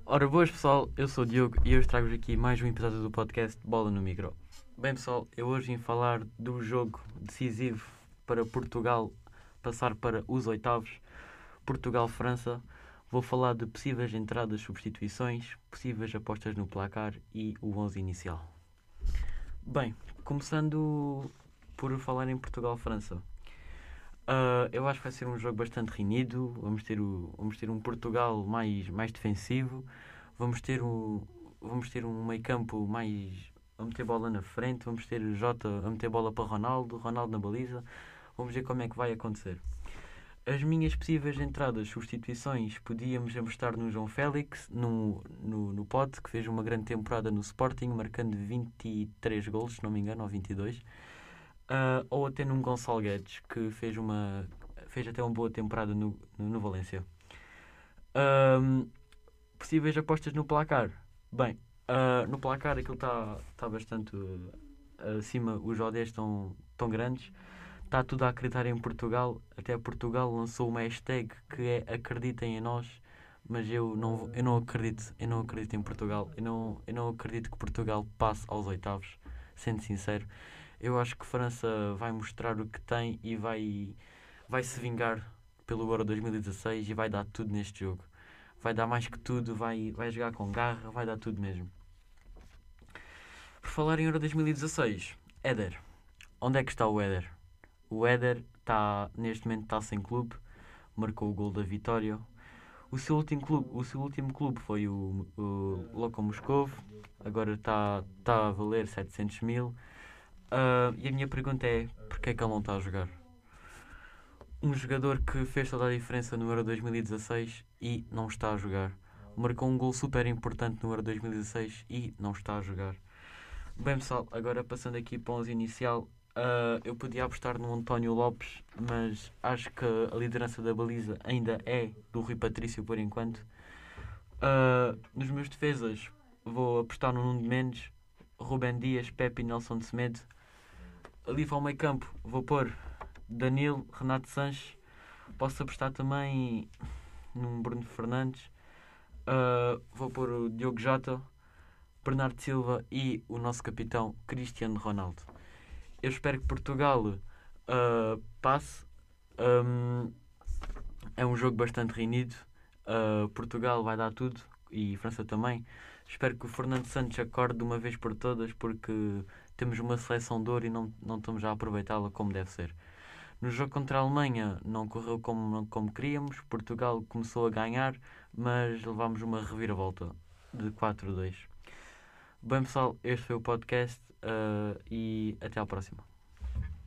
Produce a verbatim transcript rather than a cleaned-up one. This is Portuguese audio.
Ora, boas pessoal, eu sou o Diogo e hoje trago-vos aqui mais um episódio do podcast Bola no Micro. Bem pessoal, eu hoje vim falar do jogo decisivo para Portugal passar para os oitavos, Portugal-França. Vou falar de possíveis entradas, substituições, possíveis apostas no placar e o onze inicial. Bem, começando por falar em Portugal-França. Uh, eu acho que vai ser um jogo bastante renhido. Vamos ter, o, vamos ter um Portugal mais, mais defensivo. Vamos ter, o, vamos ter um meio campo mais a meter bola na frente. Vamos ter Jota a meter bola para Ronaldo, Ronaldo na baliza. Vamos ver como é que vai acontecer. As minhas possíveis entradas, substituições, podíamos apostar no João Félix, no, no, no Pote, que fez uma grande temporada no Sporting, marcando vinte e três golos, se não me engano, ou vinte e dois. Uh, ou até num Gonçalo Guedes, que fez, uma, fez até uma boa temporada no, no, no Valência. Um, possíveis apostas no placar. Bem, uh, no placar aquilo está tá bastante uh, acima, os odds estão tão grandes. Está tudo a acreditar em Portugal. Até Portugal lançou uma hashtag que é acreditem em nós. Mas eu não, eu não acredito, eu não acredito em Portugal. Eu não, eu não acredito que Portugal passe aos oitavos, sendo sincero. Eu acho que a França vai mostrar o que tem e vai, vai se vingar pelo Euro dois mil e dezasseis e vai dar tudo neste jogo. Vai dar mais que tudo, vai, vai jogar com garra, vai dar tudo mesmo. Por falar em Euro dois mil e dezasseis, Éder. Onde é que está o Éder? O Éder está, neste momento está sem clube, marcou o gol da vitória. O seu último clube, o seu último clube foi o, o Loco Moscovo, agora está, está a valer setecentos mil. Uh, e a minha pergunta é, porquê é que ele não está a jogar? Um jogador que fez toda a diferença no Euro dois mil e dezasseis e não está a jogar. Marcou um gol super importante no Euro dois mil e dezasseis e não está a jogar. Bem pessoal, agora passando aqui para o onze inicial, uh, eu podia apostar no António Lopes, mas acho que a liderança da baliza ainda é do Rui Patrício por enquanto. Uh, nos meus defesas vou apostar no Nuno Mendes, Rubem Dias, Pepe e Nelson de Semedo. Ali para o meio campo vou pôr Danilo, Renato Sanches. Posso apostar também num Bruno Fernandes. Uh, vou pôr o Diogo Jota, Bernardo Silva e o nosso capitão Cristiano Ronaldo. Eu espero que Portugal uh, passe. Um, é um jogo bastante renhido. Uh, Portugal vai dar tudo e França também. Espero que o Fernando Santos acorde de uma vez por todas, porque temos uma seleção de ouro e não, não estamos a aproveitá-la como deve ser. No jogo contra a Alemanha não correu como, como queríamos. Portugal começou a ganhar, mas levámos uma reviravolta de quatro a dois. Bem pessoal, este foi o podcast uh, e até à próxima.